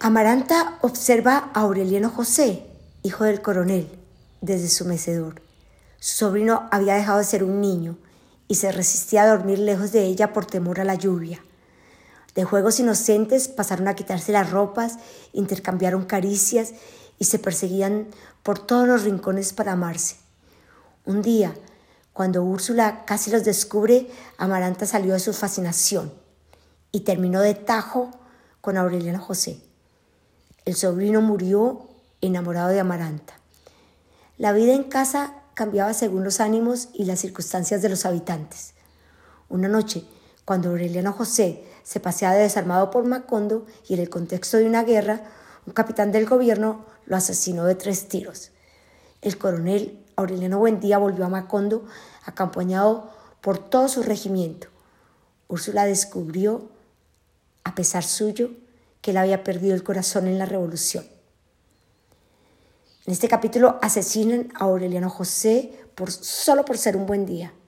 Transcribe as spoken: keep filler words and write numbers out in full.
Amaranta observa a Aureliano José, hijo del coronel, desde su mecedor. Su sobrino había dejado de ser un niño y se resistía a dormir lejos de ella por temor a la lluvia. De juegos inocentes pasaron a quitarse las ropas, intercambiaron caricias y se perseguían por todos los rincones para amarse. Un día, cuando Úrsula casi los descubre, Amaranta salió de su fascinación y terminó de tajo con Aureliano José. El sobrino murió enamorado de Amaranta. La vida en casa cambiaba según los ánimos y las circunstancias de los habitantes. Una noche, cuando Aureliano José se paseaba desarmado por Macondo y en el contexto de una guerra, un capitán del gobierno lo asesinó de tres tiros. El coronel Aureliano Buendía volvió a Macondo acompañado por todo su regimiento. Úrsula descubrió, a pesar suyo, que él había perdido el corazón en la revolución. En este capítulo asesinan a Aureliano José por, solo por ser un buen día.